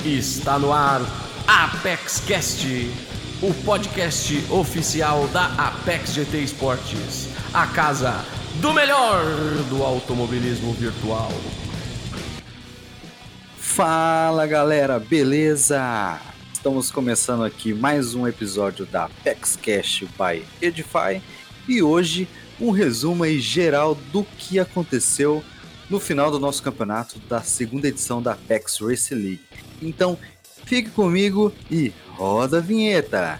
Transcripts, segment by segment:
Está no ar ApexCast, o podcast oficial da Apex GT Esportes, a casa do melhor do automobilismo virtual. Fala galera, beleza? Estamos começando aqui mais um episódio da ApexCast by Edify e hoje um resumo aí geral do que aconteceu no final do nosso campeonato da segunda edição da Apex Race League. Então, fique comigo e roda a vinheta!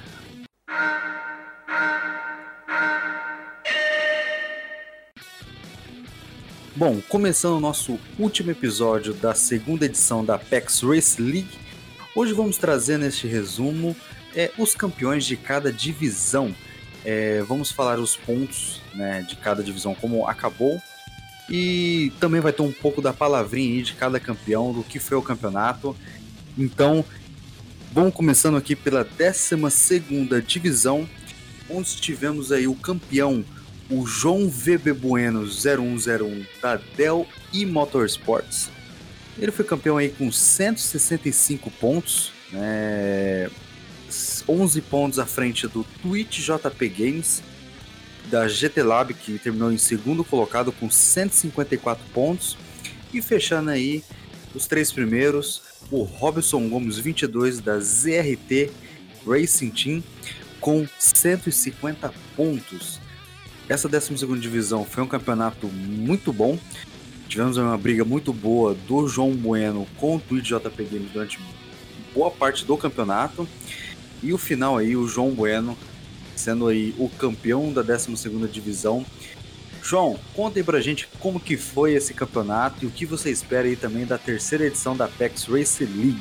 Bom, começando o nosso último episódio da segunda edição da Apex Race League, hoje vamos trazer neste resumo os campeões de cada divisão. Vamos falar os pontos, de cada divisão, como acabou. E também vai ter um pouco da palavrinha aí de cada campeão, do que foi o campeonato. Então, vamos começando aqui pela 12ª divisão, onde tivemos aí o campeão, o João VB Bueno 0101 da Dell e Motorsports. Ele foi campeão aí com 165 pontos, 11 pontos à frente do Twitch JP Games, da GT Lab, que terminou em segundo colocado com 154 pontos, e fechando aí os três primeiros, o Robson Gomes 22 da ZRT Racing Team com 150 pontos. Essa 12ª divisão foi um campeonato muito bom, tivemos uma briga muito boa do João Bueno com o Twitch JP Games durante boa parte do campeonato, e o final aí, o João Bueno sendo aí o campeão da 12ª divisão. João, conta aí pra gente como que foi esse campeonato e o que você espera aí também da terceira edição da Apex Race League.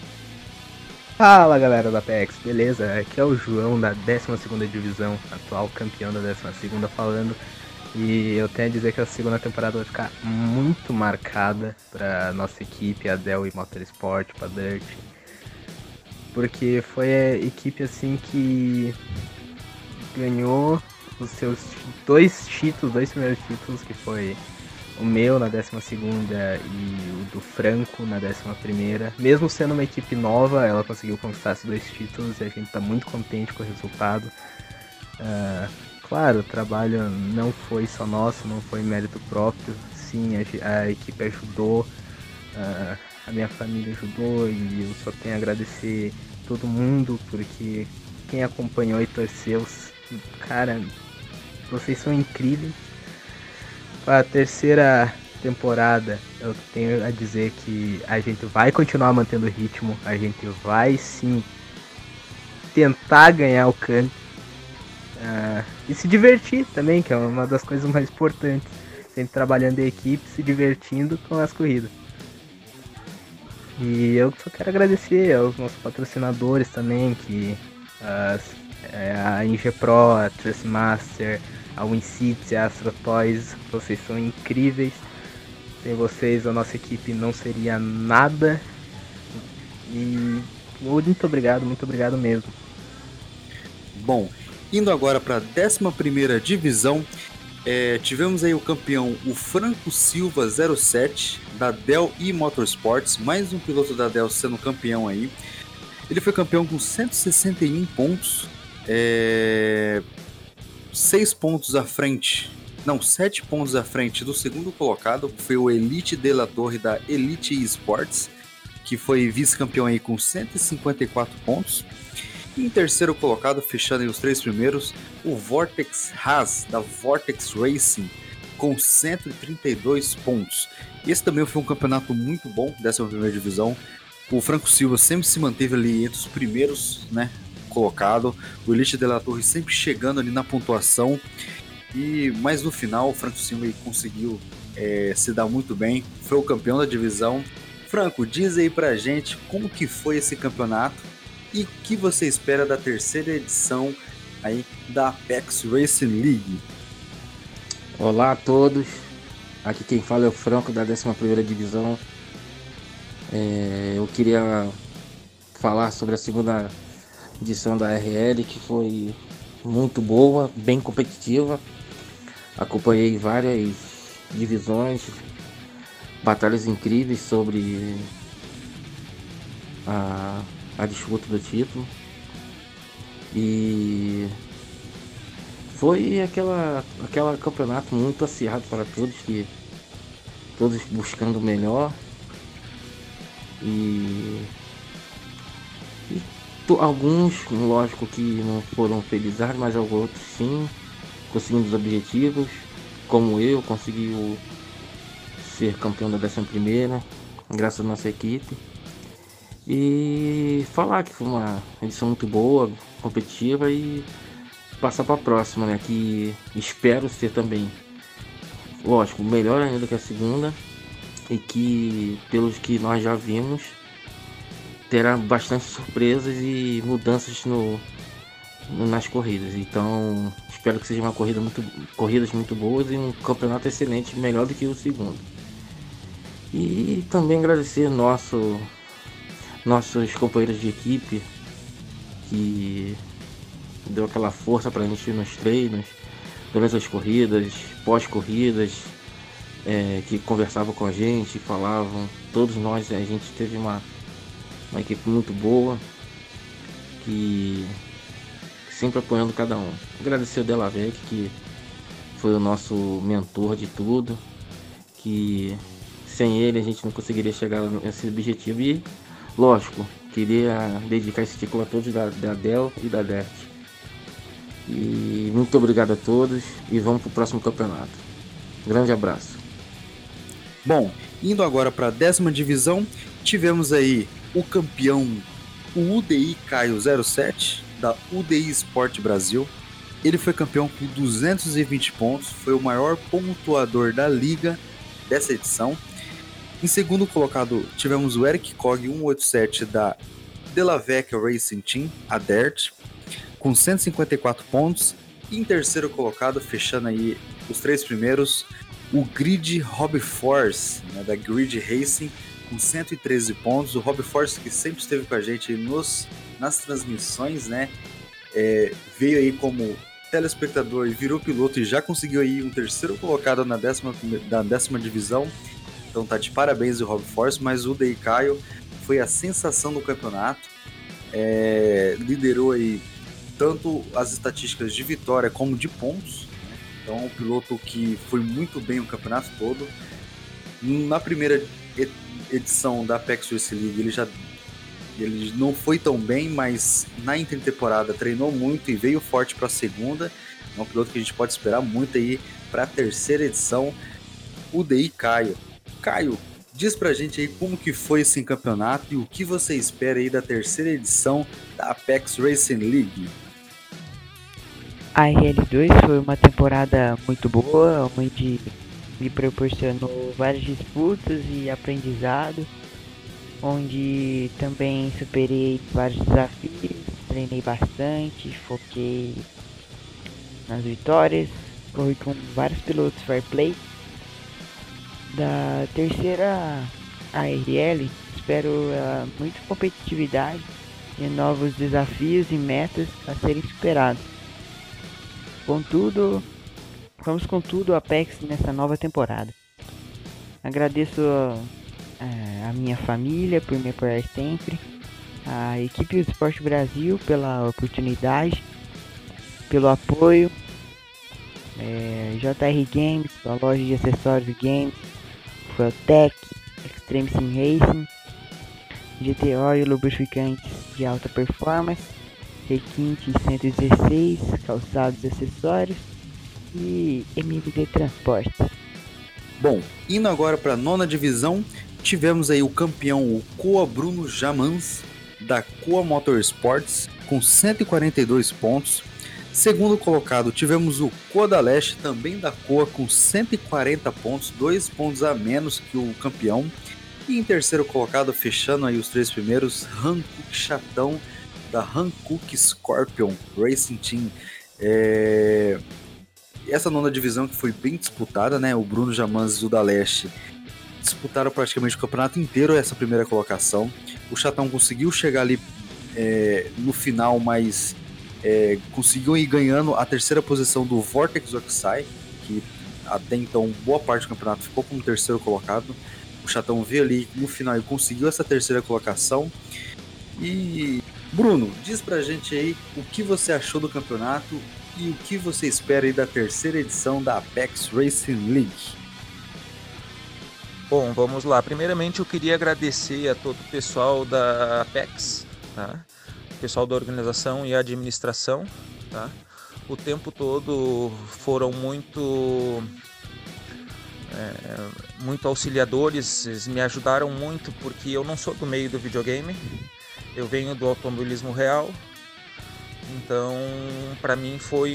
Fala galera da Apex, beleza? Aqui é o João da 12ª divisão, atual campeão da 12ª falando. E eu tenho a dizer que a segunda temporada vai ficar muito marcada pra nossa equipe, a Dell e Motorsport, pra Dirt. Porque foi a equipe assim que ganhou os seus dois primeiros títulos, que foi o meu na 12ª e o do Franco na 11ª. Mesmo sendo uma equipe nova, ela conseguiu conquistar esses dois títulos e a gente está muito contente com o resultado. Claro, o trabalho não foi só nosso, não foi mérito próprio. Sim, a equipe ajudou, a minha família ajudou, e eu só tenho a agradecer todo mundo, porque quem acompanhou e torceu, cara, vocês são incríveis. Para a terceira temporada, eu tenho a dizer que a gente vai continuar mantendo o ritmo, a gente vai sim tentar ganhar o CAN, e se divertir também, que é uma das coisas mais importantes, sempre trabalhando em equipe, se divertindo com as corridas. E eu só quero agradecer aos nossos patrocinadores também, que a Ingepro, a Trustmaster, a WinCity, a Astro Toys, vocês são incríveis. Sem vocês a nossa equipe não seria nada. E muito obrigado mesmo. Bom, indo agora para a 11ª divisão, tivemos aí o campeão, o Franco Silva 07 da Dell e Motorsports, mais um piloto da Dell sendo campeão aí. Ele foi campeão com 161 pontos, 7 pontos à frente do segundo colocado, que foi o Elite de la Torre da Elite Esports, que foi vice-campeão aí com 154 pontos. E em terceiro colocado, fechando aí os três primeiros, o Vortex Haas da Vortex Racing com 132 pontos. Esse também foi um campeonato muito bom, 11ª divisão. O Franco Silva sempre se manteve ali entre os primeiros, colocado. O Elite de la Torre sempre chegando ali na pontuação. Mas no final o Franco Silva conseguiu se dar muito bem. Foi o campeão da divisão. Franco, diz aí pra gente como que foi esse campeonato e o que você espera da terceira edição aí da Apex Racing League. Olá a todos, aqui quem fala é o Franco da 11ª divisão. Eu queria falar sobre a segunda edição da RL, que foi muito boa, bem competitiva. Acompanhei várias divisões, batalhas incríveis sobre a disputa do título. E foi aquela campeonato muito acirrado para todos, que todos buscando o melhor. E alguns, lógico que não foram felizes, mas outros sim, conseguindo os objetivos, como eu, consegui ser campeão da 11ª, graças à nossa equipe. E falar que foi uma edição muito boa, competitiva, e passar para a próxima, né? Que espero ser também, lógico, melhor ainda que a segunda, e que, pelos que nós já vimos, terá bastante surpresas e mudanças nas corridas. Então, espero que seja corridas muito boas e um campeonato excelente, melhor do que o segundo. E também agradecer nossos companheiros de equipe, que deu aquela força pra gente nos treinos, durante as corridas, pós-corridas, que conversavam com a gente, falavam. Todos nós, a gente teve uma equipe muito boa, que sempre apoiando cada um. Agradecer o Delavec, que foi o nosso mentor de tudo, que sem ele a gente não conseguiria chegar nesse objetivo. E, lógico, queria dedicar esse título a todos da Del e da Dert. E muito obrigado a todos, e vamos pro próximo campeonato. Grande abraço. Bom, indo agora para a 10ª divisão, tivemos aí o campeão, o UDI Caio 07, da UDI Sport Brasil. Ele foi campeão com 220 pontos, foi o maior pontuador da liga dessa edição. Em segundo colocado, tivemos o Eric Cog 187 da Delavec Racing Team, a Dert, com 154 pontos. E em terceiro colocado, fechando aí os 3 primeiros, o Grid Hobby Force, né, da Grid Racing, com 113 pontos. O Hobby Force, que sempre esteve com a gente nas transmissões, né, veio aí como telespectador e virou piloto, e já conseguiu aí um terceiro colocado na 10ª divisão. Então tá de parabéns o Hobby Force. Mas o UDI Caio foi a sensação do campeonato, liderou aí tanto as estatísticas de vitória como de pontos. Então é um piloto que foi muito bem o campeonato todo. Na primeira edição da Apex Race League ele não foi tão bem, mas na intertemporada treinou muito e veio forte para a segunda. É um piloto que a gente pode esperar muito aí para a terceira edição, o UDI Caio. Caio, diz pra gente aí como que foi esse campeonato e o que você espera aí da terceira edição da Apex Racing League. A RL2 foi uma temporada muito boa, onde me proporcionou várias disputas e aprendizado, onde também superei vários desafios, treinei bastante, foquei nas vitórias, corri com vários pilotos fair play. Da terceira ARL, espero muita competitividade e novos desafios e metas a serem superados. Contudo, vamos com tudo Apex nessa nova temporada. Agradeço a minha família por me apoiar sempre, a equipe do Esporte Brasil pela oportunidade, pelo apoio, JR Games, a loja de acessórios e games, Fueltech, Extreme Sim Racing, GTO e lubrificantes de alta performance, Requinte 116, calçados e acessórios, e MBD Transportes. Bom, indo agora para a 9ª divisão, tivemos aí o campeão, o Coa Bruno Jamans, da Coa Motorsports, com 142 pontos. Segundo colocado, tivemos o Coa da Leste, também da Coa, com 140 pontos, 2 pontos a menos que o campeão. E em terceiro colocado, fechando aí os 3 primeiros, Hankook Chatão, da Hankook Scorpion Racing Team. Essa 9ª divisão que foi bem disputada, né? O Bruno Jamans e o da Leste disputaram praticamente o campeonato inteiro essa primeira colocação. O Chatão conseguiu chegar ali no final, mas conseguiu ir ganhando a terceira posição do Vortex Oxide, que até então boa parte do campeonato ficou como terceiro colocado. O Chatão veio ali no final e conseguiu essa terceira colocação. E Bruno, diz pra gente aí o que você achou do campeonato e o que você espera aí da terceira edição da Apex Racing League. Bom, vamos lá. Primeiramente eu queria agradecer a todo o pessoal da Apex, tá? O pessoal da organização e administração, tá? O tempo todo foram muito auxiliadores, eles me ajudaram muito porque eu não sou do meio do videogame, eu venho do automobilismo real, então para mim foi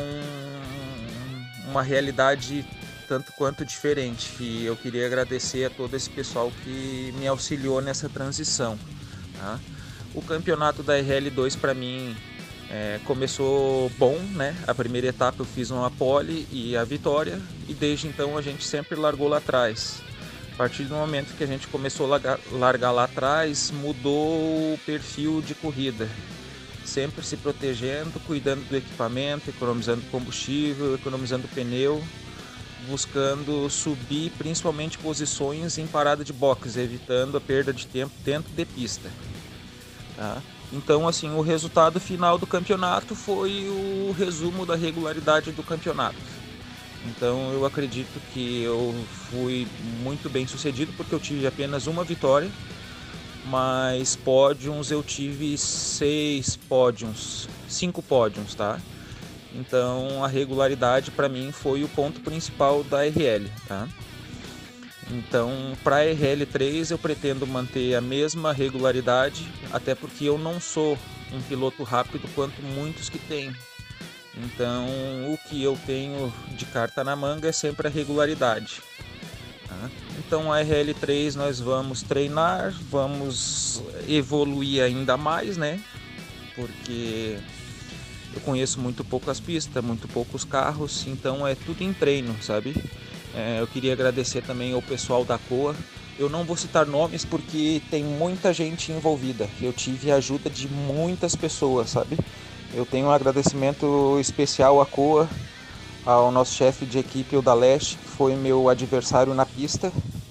uma realidade tanto quanto diferente, e eu queria agradecer a todo esse pessoal que me auxiliou nessa transição, tá? O campeonato da RL2 para mim começou bom, né? A primeira etapa eu fiz uma pole e a vitória, e desde então a gente sempre largou lá atrás. A partir do momento que a gente começou a largar lá atrás, mudou o perfil de corrida. Sempre se protegendo, cuidando do equipamento, economizando combustível, economizando pneu, buscando subir principalmente posições em parada de boxe, evitando a perda de tempo dentro de pista, tá? Então, assim, o resultado final do campeonato foi o resumo da regularidade do campeonato. Então, eu acredito que eu fui muito bem sucedido, porque eu tive apenas uma vitória, mas pódios eu tive 5 pódios, tá? Então, a regularidade para mim foi o ponto principal da RL, tá? Então, para a RL3 eu pretendo manter a mesma regularidade, até porque eu não sou um piloto rápido quanto muitos que têm. Então, o que eu tenho de carta na manga é sempre a regularidade, tá? Então, a RL3 nós vamos treinar, vamos evoluir ainda mais, né? Porque eu conheço muito pouco as pistas, muito poucos carros, então é tudo em treino, sabe? Eu queria agradecer também ao pessoal da COA. Eu não vou citar nomes porque tem muita gente envolvida. Eu tive a ajuda de muitas pessoas, sabe? Eu tenho um agradecimento especial à COA, ao nosso chefe de equipe, o da Leste, que foi meu adversário na pista.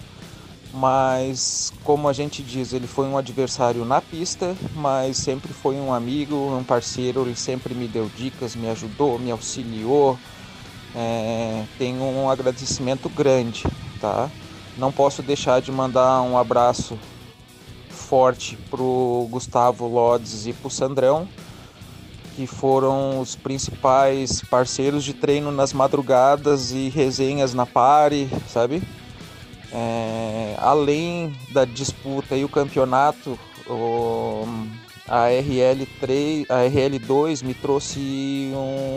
Mas, como a gente diz, ele foi um adversário na pista, mas sempre foi um amigo, um parceiro. Ele sempre me deu dicas, me ajudou, me auxiliou. Tenho um agradecimento grande, tá? Não posso deixar de mandar um abraço forte pro Gustavo Lodes e pro Sandrão, que foram os principais parceiros de treino nas madrugadas e resenhas na pare, sabe? Além da disputa e o campeonato, a RL2 me trouxe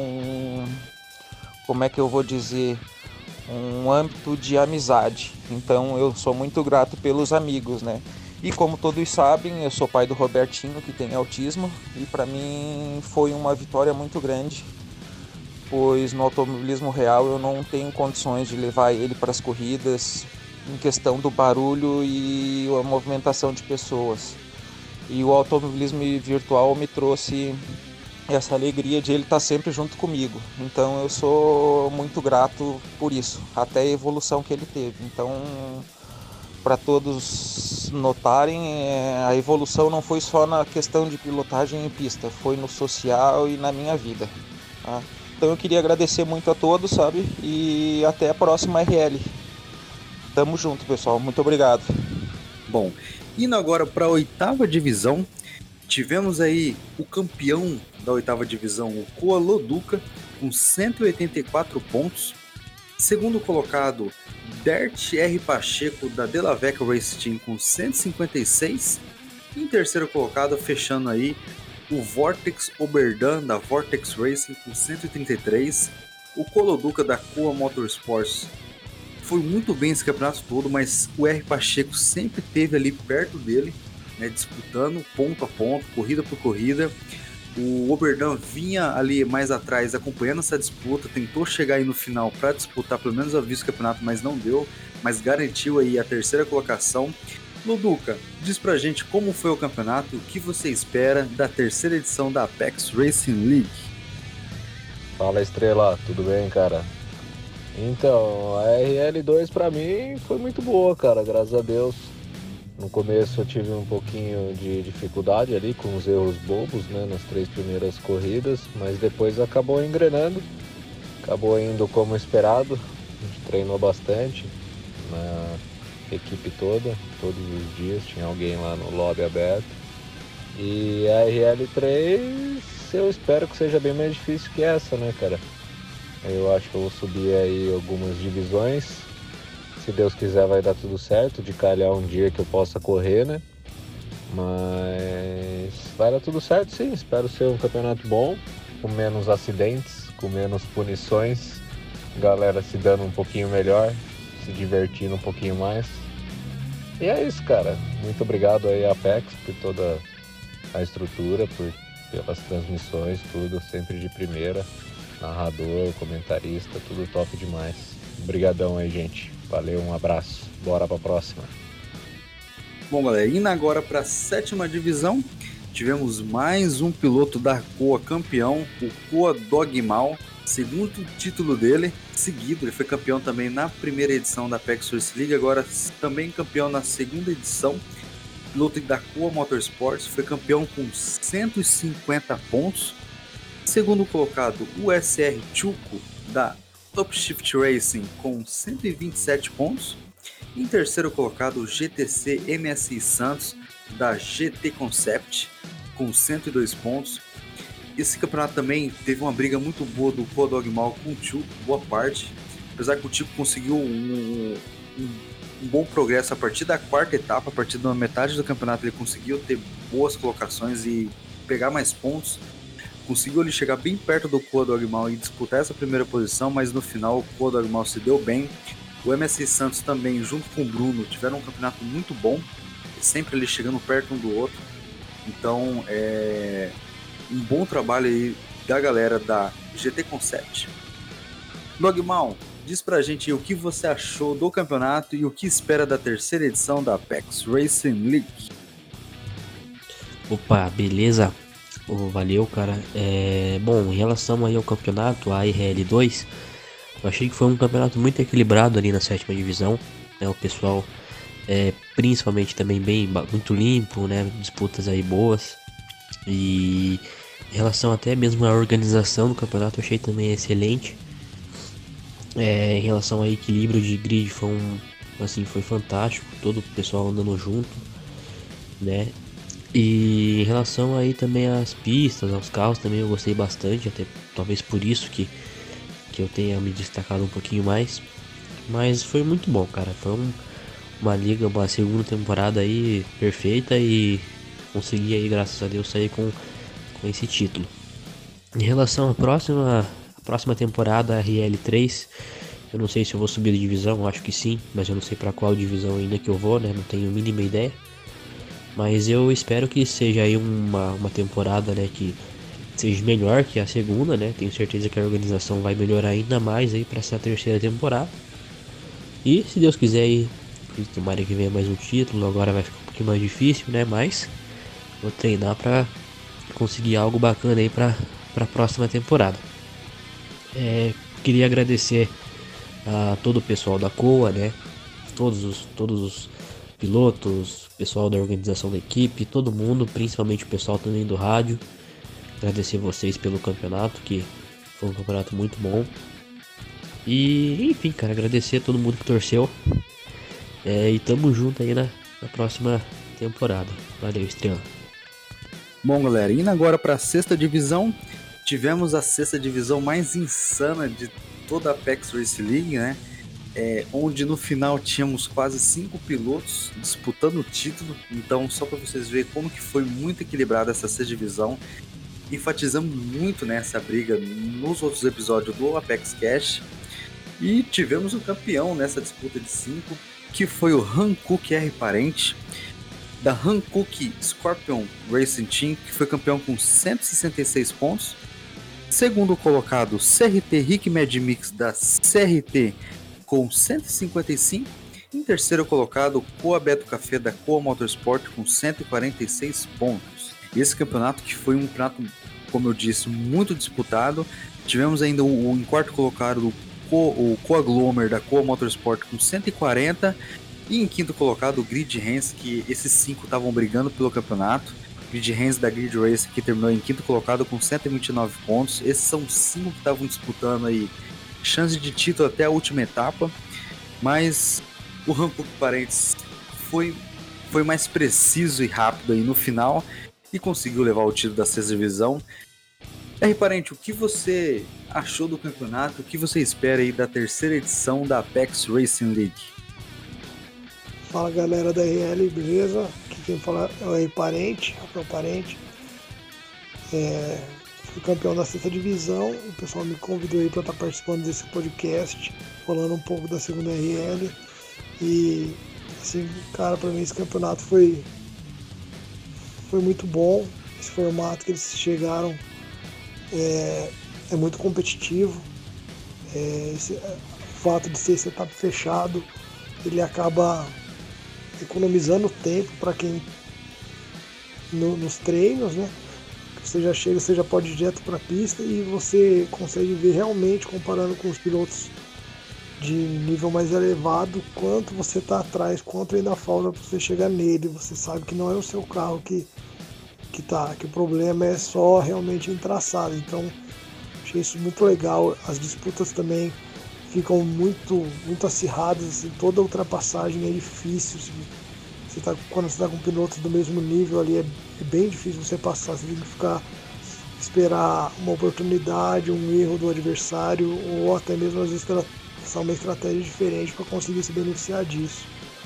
como é que eu vou dizer, um âmbito de amizade. Então eu sou muito grato pelos amigos, né? E como todos sabem, eu sou pai do Robertinho, que tem autismo, e para mim foi uma vitória muito grande, pois no automobilismo real eu não tenho condições de levar ele para as corridas em questão do barulho e a movimentação de pessoas. E o automobilismo virtual me trouxe essa alegria de ele estar sempre junto comigo. Então eu sou muito grato por isso, até a evolução que ele teve. Então, para todos notarem, a evolução não foi só na questão de pilotagem em pista, foi no social e na minha vida, tá? Então eu queria agradecer muito a todos, sabe? E até a próxima RL. Tamo junto, pessoal. Muito obrigado. Bom, indo agora para a 8ª divisão, tivemos aí o campeão da 8ª divisão, o Koa Loduca, com 184 pontos. Segundo colocado, Dert R. Pacheco, da Delavec Race Team, com 156. E em terceiro colocado, fechando aí, o Vortex Oberdan, da Vortex Racing, com 133. O Coloduca, da Koa Motorsports, foi muito bem esse campeonato todo, mas o R. Pacheco sempre esteve ali perto dele, né, disputando ponto a ponto, corrida por corrida. O Oberdan vinha ali mais atrás acompanhando essa disputa, tentou chegar aí no final para disputar pelo menos a vice-campeonato, mas não deu, mas garantiu aí a terceira colocação. Loduca, diz pra gente como foi o campeonato e o que você espera da terceira edição da Apex Racing League. Fala, Estrela, tudo bem, cara? Então, a RL2 pra mim foi muito boa, cara, graças a Deus. No começo eu tive um pouquinho de dificuldade ali com os erros bobos, né, nas 3 primeiras corridas, mas depois acabou engrenando, acabou indo como esperado. A gente treinou bastante na equipe toda, todos os dias, tinha alguém lá no lobby aberto. E a RL3 eu espero que seja bem mais difícil que essa, né, cara? Eu acho que eu vou subir aí algumas divisões. Se Deus quiser vai dar tudo certo, de calhar um dia que eu possa correr, né? Mas vai dar tudo certo sim, espero ser um campeonato bom, com menos acidentes, com menos punições, galera se dando um pouquinho melhor, se divertindo um pouquinho mais. E é isso, cara. Muito obrigado aí à Apex por toda a estrutura, pelas transmissões, tudo sempre de primeira. Narrador, comentarista, tudo top demais. Obrigadão aí, gente. Valeu, um abraço. Bora pra próxima. Bom, galera, indo agora para a 7ª divisão, tivemos mais um piloto da Koa campeão, o Koa Dogmal, segundo título dele seguido. Ele foi campeão também na primeira edição da Apex Race League, agora também campeão na segunda edição. Piloto da Koa Motorsports, foi campeão com 150 pontos. Segundo colocado, o SR Chuco da Upshift Racing com 127 pontos. Em terceiro colocado, o GTC MSI Santos da GT Concept com 102 pontos. Esse campeonato também teve uma briga muito boa do Koa Dogmal com o Chuco, boa parte. Apesar que o Chuco conseguiu um bom progresso a partir da 4ª etapa, a partir da metade do campeonato ele conseguiu ter boas colocações e pegar mais pontos. Conseguiu ele chegar bem perto do Koa Dogmal e disputar essa primeira posição, mas no final o Koa Dogmal se deu bem. O MSI Santos também, junto com o Bruno, tiveram um campeonato muito bom, sempre ali chegando perto um do outro. Então, um bom trabalho aí da galera da GT Concept. Dogmal, diz pra gente o que você achou do campeonato e o que espera da terceira edição da Apex Racing League. Opa, beleza? Valeu, cara. Bom, em relação aí ao campeonato, a RL2, eu achei que foi um campeonato muito equilibrado ali na 7ª divisão, né? O pessoal, principalmente também muito limpo, né? Disputas aí boas. E em relação até mesmo à organização do campeonato, eu achei também excelente. Em relação ao equilíbrio de grid, foi fantástico, todo o pessoal andando junto, né? E em relação aí também às pistas, aos carros, também eu gostei bastante, até talvez por isso que eu tenha me destacado um pouquinho mais. Mas foi muito bom, cara. Foi uma segunda temporada aí perfeita e consegui aí, graças a Deus, sair com esse título. Em relação à próxima temporada, a RL3, eu não sei se eu vou subir de divisão, acho que sim, mas eu não sei para qual divisão ainda que eu vou, né? Não tenho a mínima ideia. Mas eu espero que seja aí uma temporada, né, que seja melhor que a segunda, né? Tenho certeza que a organização vai melhorar ainda mais aí para essa terceira temporada. E se Deus quiser aí, tomara que venha mais um título. Agora vai ficar um pouquinho mais difícil, né? Mas vou treinar para conseguir algo bacana aí para a próxima temporada. Queria agradecer a todo o pessoal da Koa, né? Todos os pilotos, pessoal da organização da equipe, todo mundo, principalmente o pessoal também do rádio. Agradecer vocês pelo campeonato, que foi um campeonato muito bom. E enfim, cara, agradecer a todo mundo que torceu. E tamo junto aí na próxima temporada. Valeu, Estrela. Bom, galera, indo agora para a 6ª divisão, tivemos a 6ª divisão mais insana de toda a Apex Race League, né? Onde no final tínhamos quase 5 pilotos disputando o título. Então, só para vocês verem como que foi muito equilibrada essa 6ª divisão. Enfatizamos muito nessa briga nos outros episódios do Apex Cash. E tivemos um campeão nessa disputa de 5, que foi o Hankook R Parente, da Hankook Scorpion Racing Team, que foi campeão com 166 pontos. Segundo colocado, CRT Rick Mad Mix da CRT com 155. Em terceiro colocado, Koa Beto Café da Koa Motorsport com 146 pontos. Esse campeonato que foi um campeonato, como eu disse, muito disputado. Tivemos ainda em quarto colocado o Koa Glomer da Koa Motorsport com 140. E em quinto colocado, o Grid Hans, que esses 5 estavam brigando pelo campeonato. Grid Hans da Grid Race, que terminou em quinto colocado com 129 pontos. Esses são 5 que estavam disputando aí chance de título até a última etapa. Mas o Hankook Parentes foi mais preciso e rápido aí no final e conseguiu levar o título da sexta divisão. Parente, o que você achou do campeonato? O que você espera aí da terceira edição da Apex Racing League? Fala galera da RL, beleza? Aqui quem fala é o Parente, Rafael Parente. Fui campeão da sexta divisão. O pessoal me convidou aí para estar participando desse podcast, falando um pouco da segunda RL. E assim, cara, para mim esse campeonato foi muito bom. Esse formato que eles chegaram é muito competitivo. O fato de ser setup fechado, ele acaba economizando tempo para quem nos treinos, né? Você já chega, você já pode ir direto para a pista e você consegue ver realmente, comparando com os pilotos de nível mais elevado, quanto você está atrás, quanto ainda falta para você chegar nele. Você sabe que não é o seu carro que o problema é só realmente em traçado. Então achei isso muito legal. As disputas também ficam muito acirradas, assim, toda ultrapassagem é difícil. Quando você está com pilotos do mesmo nível ali, é bem difícil você passar. Você tem que esperar uma oportunidade, um erro do adversário, ou até mesmo às vezes traçar uma estratégia diferente para conseguir se beneficiar disso.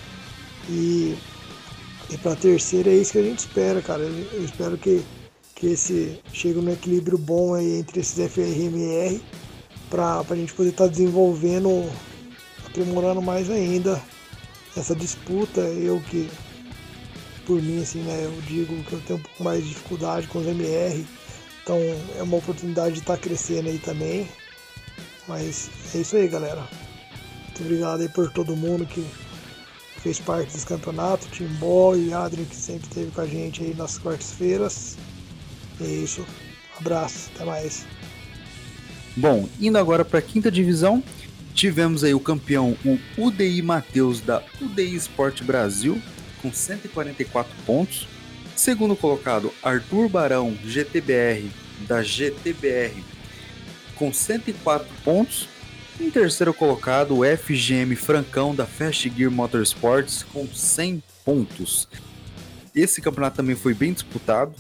E para a terceira é isso que a gente espera, cara. Eu espero que esse chegue num equilíbrio bom aí entre esses FR e MR, para a gente poder estar desenvolvendo, aprimorando mais ainda essa disputa. Eu que, por mim, assim, né, eu digo que eu tenho um pouco mais de dificuldade com os MR, então é uma oportunidade de estar crescendo aí também. Mas é isso aí, galera. Muito obrigado aí por todo mundo que fez parte desse campeonato, Timbó e Adrien, que sempre esteve com a gente aí nas quartas-feiras. É isso, abraço, até mais. Bom, indo agora para a quinta divisão, tivemos aí o campeão, o UDI Matheus da UDI Sport Brasil, com 144 pontos. Segundo colocado, Arthur Barão GTBR da GTBR, com 104 pontos. Em terceiro colocado, o FGM Francão da Fast Gear Motorsports, com 100 pontos. Esse campeonato também foi bem disputado.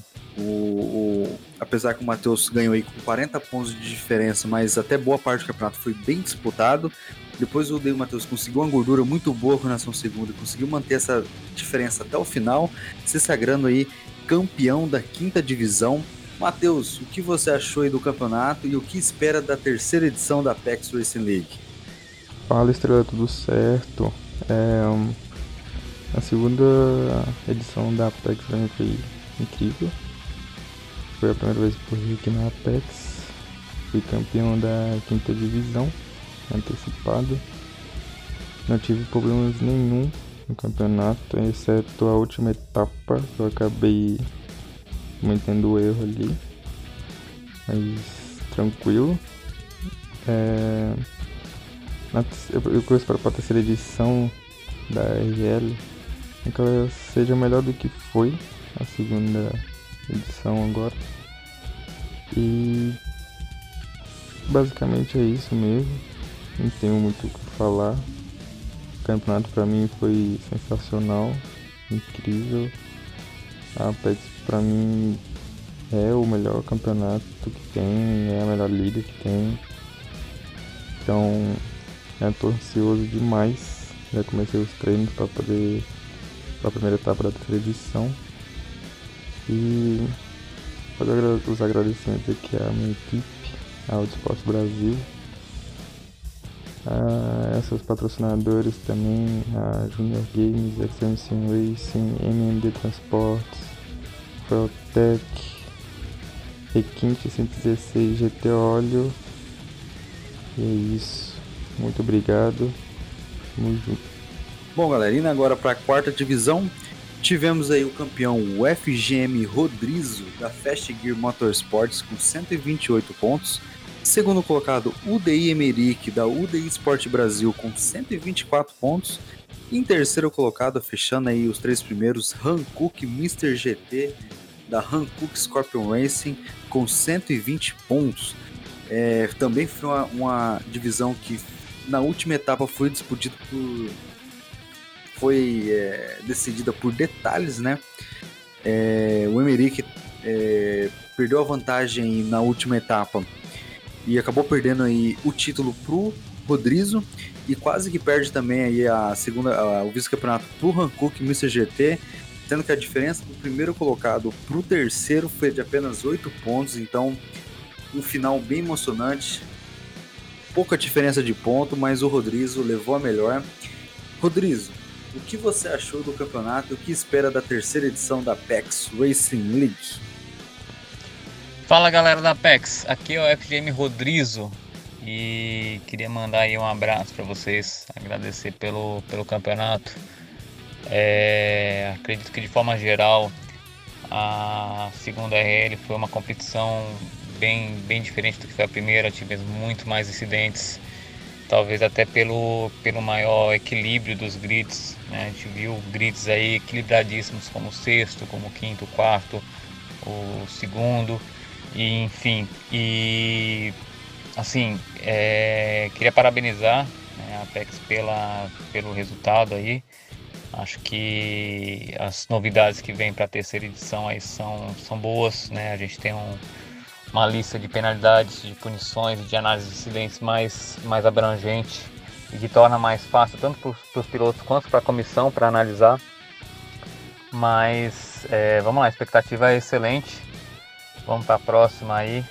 Apesar que o Matheus ganhou aí com 40 pontos de diferença, mas até boa parte do campeonato foi bem disputado. Depois o Matheus conseguiu uma gordura muito boa com a nação segunda e conseguiu manter essa diferença até o final, se sagrando aí campeão da quinta divisão. Matheus, o que você achou aí do campeonato e o que espera da terceira edição da Apex Racing League? Fala, Estrela, tudo certo? A segunda edição da Apex pra mim foi incrível. Foi a primeira vez que eu corri aqui na Apex. Fui campeão da quinta divisão, antecipado. Não tive problemas nenhum no campeonato, exceto a última etapa, que eu acabei cometendo o erro ali. Mas tranquilo. Eu espero para a terceira edição da RL que ela seja melhor do que foi a segunda edição agora. E basicamente é isso mesmo. Não tenho muito o que falar. O campeonato para mim foi sensacional, incrível. A Apex para mim é o melhor campeonato que tem, é a melhor liga que tem. Então eu tô ansioso demais. Já comecei os treinos para poder a primeira etapa da terceira edição. E fazer os agradecimentos aqui à minha equipe, ao Autosport Brasil, a esses patrocinadores também, a Junior Games, Extreme Sim Racing, MMD Transportes, Fueltech, Requinte 116, GT Óleo. E é isso. Muito obrigado. Tamo junto. Bom, galera, indo agora para a quarta divisão, tivemos aí o campeão, o FGM Rodrigo da Fast Gear Motorsports, com 128 pontos. Segundo colocado, UDI Emerick da UDI Sport Brasil, com 124 pontos. Em terceiro colocado, fechando aí os 3 primeiros, Hankook Mr. GT da Hankook Scorpion Racing com 120 pontos. Também foi uma divisão que na última etapa foi decidida por detalhes, né? O Emerick perdeu a vantagem na última etapa e acabou perdendo aí o título pro Rodrigo e quase que perde também aí o vice-campeonato pro Hankook Mr. GT, sendo que a diferença do primeiro colocado pro terceiro foi de apenas 8 pontos, então um final bem emocionante, pouca diferença de ponto, mas o Rodrigo levou a melhor. Rodrigo, o que você achou do campeonato e o que espera da terceira edição da Apex Racing League? Fala galera da Apex, aqui é o FGM Rodrigo e queria mandar aí um abraço para vocês, agradecer pelo campeonato. Acredito que de forma geral a segunda RL foi uma competição bem diferente do que foi a primeira, tivemos muito mais incidentes, talvez até pelo maior equilíbrio dos grids, né? A gente viu grids aí equilibradíssimos como o sexto, como o quinto, o quarto, o segundo, e enfim, assim, queria parabenizar, né, a Apex pelo resultado aí. Acho que as novidades que vêm para a terceira edição aí são boas, né? A gente tem uma lista de penalidades, de punições e de análise de incidentes mais abrangente e que torna mais fácil tanto para os pilotos quanto para a comissão para analisar. Mas vamos lá, a expectativa é excelente. Vamos para a próxima aí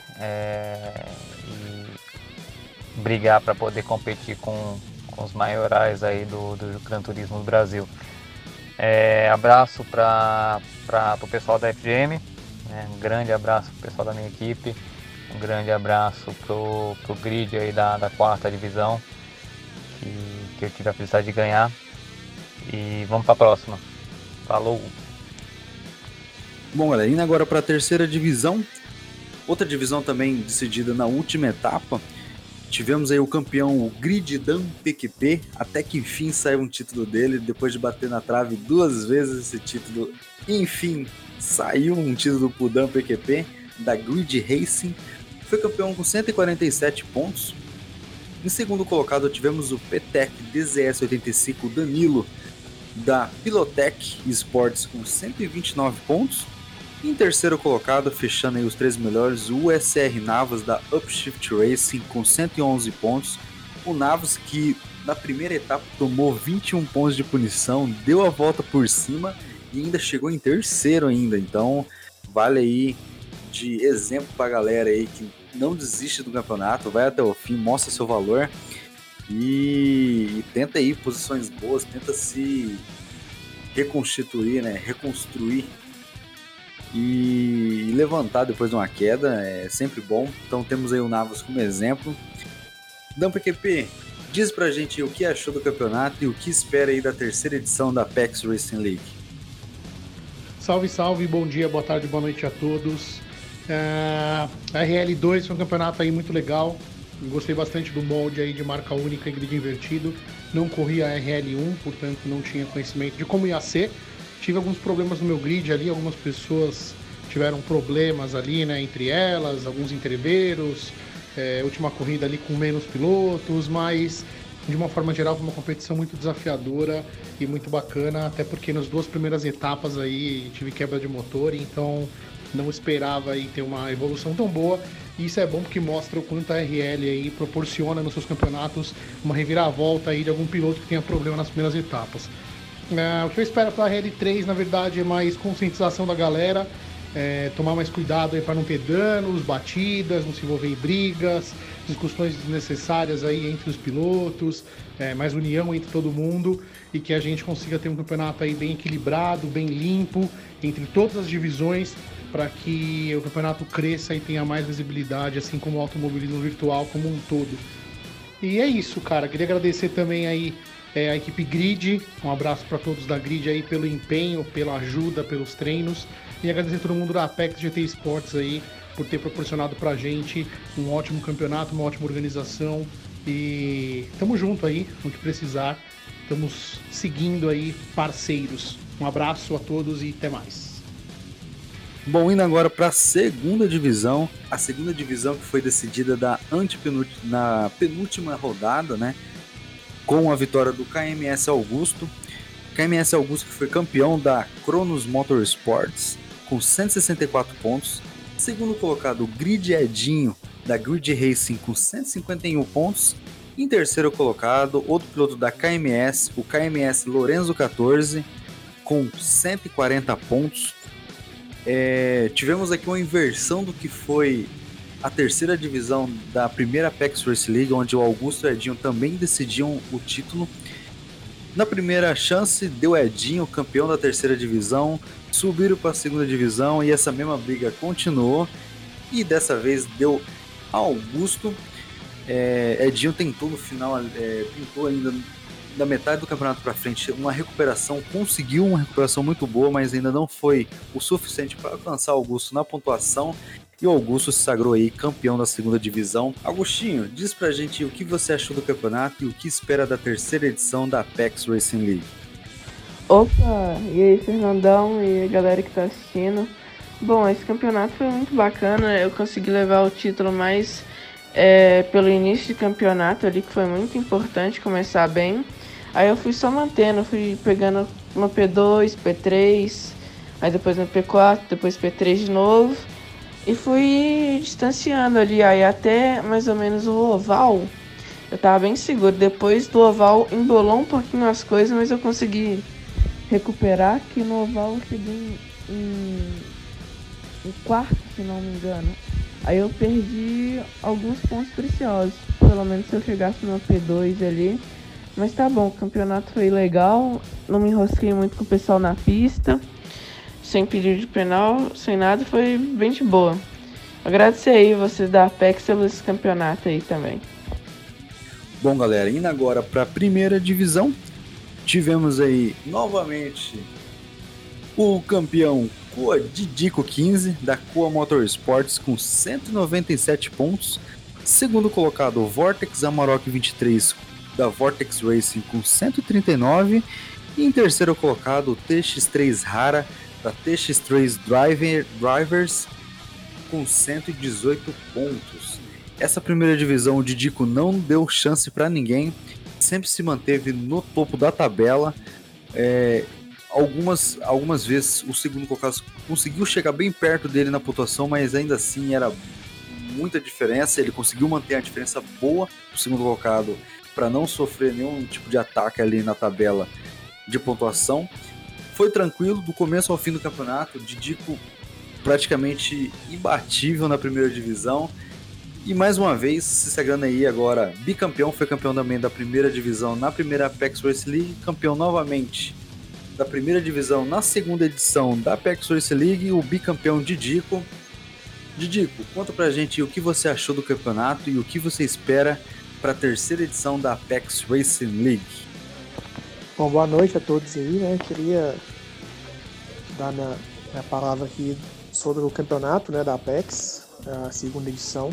e brigar para poder competir com os maiorais aí do Gran Turismo do Brasil. Abraço para o pessoal da FGM, né? Um grande abraço para o pessoal da minha equipe, um grande abraço pro grid aí da quarta divisão que eu tive a felicidade de ganhar, e vamos para a próxima. Falou! Bom, galera, indo agora para a terceira divisão, outra divisão também decidida na última etapa. Tivemos aí o campeão, o Griddan PQP, até que enfim saiu um título dele, depois de bater na trave 2 vezes esse título, enfim saiu um título pro Dan PQP, da Grid Racing, foi campeão com 147 pontos. Em segundo colocado tivemos o PTEC DZS85 Danilo, da Pilotec Sports, com 129 pontos. Em terceiro colocado, fechando aí os 3 melhores, o USR Navas da Upshift Racing com 111 pontos. O Navas, que na primeira etapa tomou 21 pontos de punição, deu a volta por cima e ainda chegou em terceiro ainda. Então vale aí de exemplo pra galera aí que não desiste do campeonato, vai até o fim, mostra seu valor e tenta aí posições boas, tenta se reconstituir, né? Reconstruir e levantar depois de uma queda, é sempre bom. Então temos aí o Navas como exemplo. Dan PQP, diz pra gente o que achou do campeonato e o que espera aí da terceira edição da Apex Racing League. Salve, salve, bom dia, boa tarde, boa noite a todos. A RL2 foi um campeonato aí muito legal. Gostei bastante do molde aí de marca única e grid invertido. Não corri a RL1, portanto não tinha conhecimento de como ia ser. Tive alguns problemas no meu grid ali, algumas pessoas tiveram problemas ali, né, entre elas, alguns entreveiros, última corrida ali com menos pilotos, mas de uma forma geral foi uma competição muito desafiadora e muito bacana, até porque nas 2 primeiras etapas aí tive quebra de motor, então não esperava aí ter uma evolução tão boa, e isso é bom porque mostra o quanto a RL aí proporciona nos seus campeonatos uma reviravolta aí de algum piloto que tenha problema nas primeiras etapas. O que eu espero para a RL3, na verdade, é mais conscientização da galera, tomar mais cuidado para não ter danos, batidas, não se envolver em brigas, discussões desnecessárias aí entre os pilotos, mais união entre todo mundo, e que a gente consiga ter um campeonato aí bem equilibrado, bem limpo, entre todas as divisões, para que o campeonato cresça e tenha mais visibilidade, assim como o automobilismo virtual como um todo. E é isso, cara. Queria agradecer também aí a equipe Grid, um abraço para todos da Grid aí pelo empenho, pela ajuda, pelos treinos, e agradecer a todo mundo da Apex GT Sports aí por ter proporcionado pra gente um ótimo campeonato, uma ótima organização, e tamo junto aí, no que precisar, estamos seguindo aí parceiros. Um abraço a todos e até mais. Bom, indo agora para a segunda divisão que foi decidida na penúltima rodada, né? Com a vitória do KMS Augusto. KMS Augusto que foi campeão da Cronos Motorsports com 164 pontos. Segundo colocado, o Grid Edinho da Grid Racing com 151 pontos. Em terceiro colocado, outro piloto da KMS, o KMS Lorenzo 14, com 140 pontos. Tivemos aqui uma inversão do que foi a terceira divisão da primeira Apex Race League, onde o Augusto e o Edinho também decidiam o título. Na primeira chance, deu Edinho, campeão da terceira divisão, subiram para a segunda divisão e essa mesma briga continuou. E dessa vez deu Augusto. Edinho tentou no final, tentou ainda da metade do campeonato para frente uma recuperação, conseguiu uma recuperação muito boa, mas ainda não foi o suficiente para alcançar Augusto na pontuação, e o Augusto se sagrou aí campeão da segunda divisão. Augustinho, diz pra gente o que você achou do campeonato e o que espera da terceira edição da Apex Racing League. Opa, e aí Fernandão e a galera que tá assistindo. Bom, esse campeonato foi muito bacana, eu consegui levar o título mais pelo início de campeonato ali, que foi muito importante começar bem. Aí eu fui só mantendo, fui pegando no P2, P3, aí depois no P4, depois P3 de novo. E fui distanciando ali, aí até mais ou menos o oval, eu tava bem seguro. Depois do oval embolou um pouquinho as coisas, mas eu consegui recuperar, que no oval eu cheguei em quarto, se não me engano. Aí eu perdi alguns pontos preciosos, pelo menos se eu chegasse no P2 ali. Mas tá bom, o campeonato foi legal, não me enrosquei muito com o pessoal na pista, sem pedido de penal, sem nada, foi bem de boa. Agradecer aí vocês da Apex pelo esse campeonato aí também. Bom, galera, indo agora para a primeira divisão, tivemos aí novamente o campeão Coa Didico 15 da Coa Motorsports com 197 pontos. Segundo colocado, o Vortex Amarok 23 da Vortex Racing com 139. E em terceiro colocado, o TX3 Rara da TX3 Drivers com 118 pontos. Essa primeira divisão, o Didico não deu chance para ninguém, sempre se manteve no topo da tabela. Algumas vezes o segundo colocado conseguiu chegar bem perto dele na pontuação, mas ainda assim era muita diferença. Ele conseguiu manter a diferença boa do segundo colocado para não sofrer nenhum tipo de ataque ali na tabela de pontuação. Foi tranquilo do começo ao fim do campeonato, Didico praticamente imbatível na primeira divisão. E mais uma vez, se sagrando aí agora bicampeão, foi campeão também da primeira divisão na primeira Apex Race League, campeão novamente da primeira divisão na segunda edição da Apex Race League, o bicampeão Didico. Didico, conta pra gente o que você achou do campeonato e o que você espera para a terceira edição da Apex Racing League. Bom, boa noite a todos aí, né? Queria dar minha palavra aqui sobre o campeonato, né, da Apex, a segunda edição.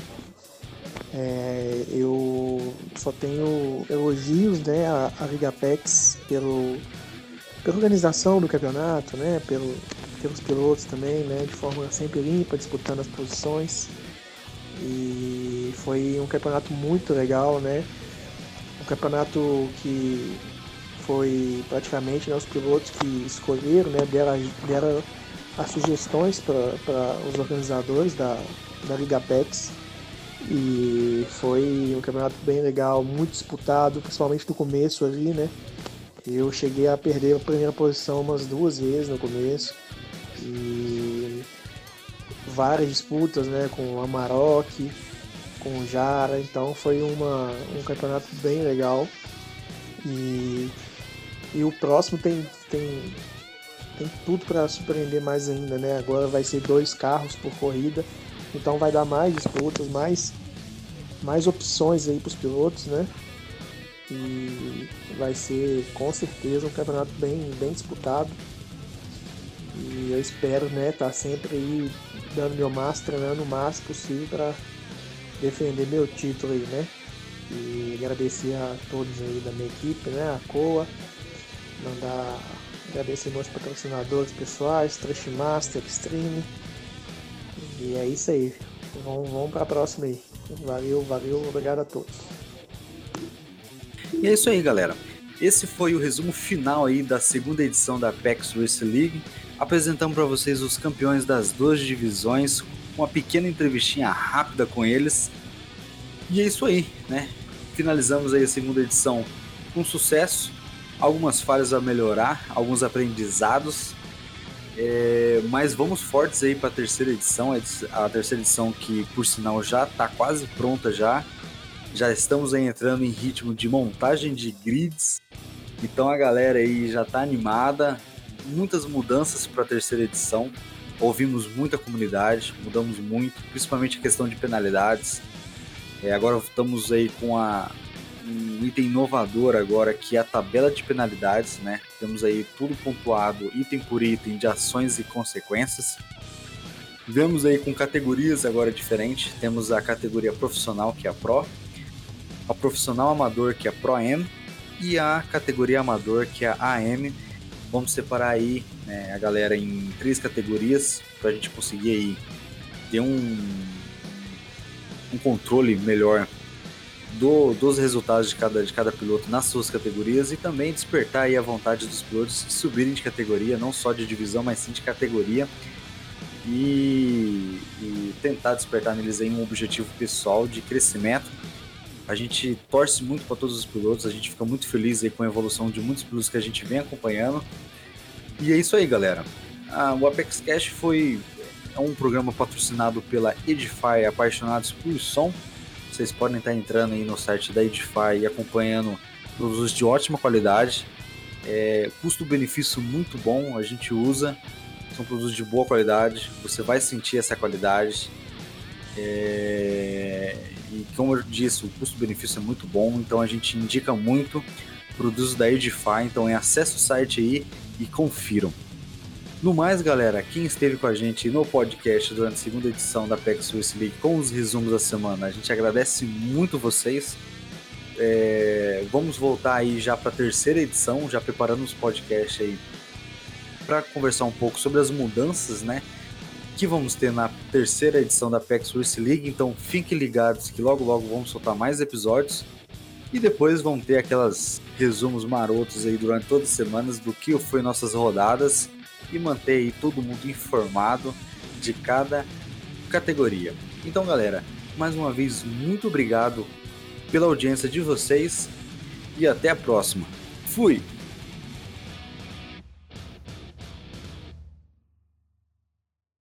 Eu só tenho elogios, né, à Liga Apex pela organização do campeonato, né, pelos pilotos também, né, de forma sempre limpa, disputando as posições. E foi um campeonato muito legal, né, um campeonato que foi praticamente, né, os pilotos que escolheram, né, deram as sugestões para os organizadores da Liga Apex. E foi um campeonato bem legal, muito disputado, principalmente no começo ali, né? Eu cheguei a perder a primeira posição umas 2 vezes no começo. E várias disputas, né? Com o Amarok, com o Jara. Então foi um campeonato bem legal. E o próximo tem tudo para surpreender mais ainda, né? Agora vai ser 2 carros por corrida. Então vai dar mais disputas, mais opções aí para os pilotos, né? E vai ser com certeza um campeonato bem disputado. E eu espero, né, estar sempre aí dando meu máximo, treinando o máximo possível para defender meu título aí, né? E agradecer a todos aí da minha equipe, né? A COA, agradecer meus patrocinadores pessoais, Trashmaster, Extreme. E é isso aí. Vamos para a próxima aí. Valeu, obrigado a todos. E é isso aí, galera. Esse foi o resumo final aí da segunda edição da Apex Race League. Apresentamos para vocês os campeões das 2 divisões, uma pequena entrevistinha rápida com eles. E é isso aí, né? Finalizamos aí a segunda edição com sucesso. Algumas falhas a melhorar, alguns aprendizados. Mas vamos fortes aí para a terceira edição. A terceira edição que, por sinal, já está quase pronta já. Já estamos aí entrando em ritmo de montagem de grids. Então a galera aí já está animada. Muitas mudanças para a terceira edição. Ouvimos muita comunidade, mudamos muito, principalmente a questão de penalidades. Agora estamos aí com um item inovador agora, que é a tabela de penalidades, né? Temos aí tudo pontuado, item por item, de ações e consequências. Vemos aí com categorias agora diferentes. Temos a categoria profissional, que é a Pro, a profissional amador, que é a Pro-Am, e a categoria amador, que é a AM. Vamos separar aí, né, a galera em 3 categorias para a gente conseguir aí ter um controle melhor dos resultados de cada piloto nas suas categorias, e também despertar aí a vontade dos pilotos de subirem de categoria, não só de divisão, mas sim de categoria, e tentar despertar neles aí um objetivo pessoal de crescimento. A gente torce muito para todos os pilotos, a gente fica muito feliz aí com a evolução de muitos pilotos que a gente vem acompanhando. E é isso aí, galera. O Apex Cash é um programa patrocinado pela Edify Apaixonados por Som. Vocês podem estar entrando aí no site da Edify e acompanhando produtos de ótima qualidade. Custo-benefício muito bom, a gente usa. São produtos de boa qualidade, você vai sentir essa qualidade. E como eu disse, o custo-benefício é muito bom, então a gente indica muito produtos da Edify. Então acesse o site aí e confiram. No mais, galera, quem esteve com a gente no podcast durante a segunda edição da Apex Race League com os resumos da semana, a gente agradece muito vocês. Vamos voltar aí já para a terceira edição, já preparando os podcasts aí para conversar um pouco sobre as mudanças, né, que vamos ter na terceira edição da Apex Race League. Então fiquem ligados que logo vamos soltar mais episódios, e depois vão ter aquelas resumos marotos aí durante todas as semanas do que foi nossas rodadas, e manter aí todo mundo informado de cada categoria. Então, galera, mais uma vez, muito obrigado pela audiência de vocês e até a próxima. Fui!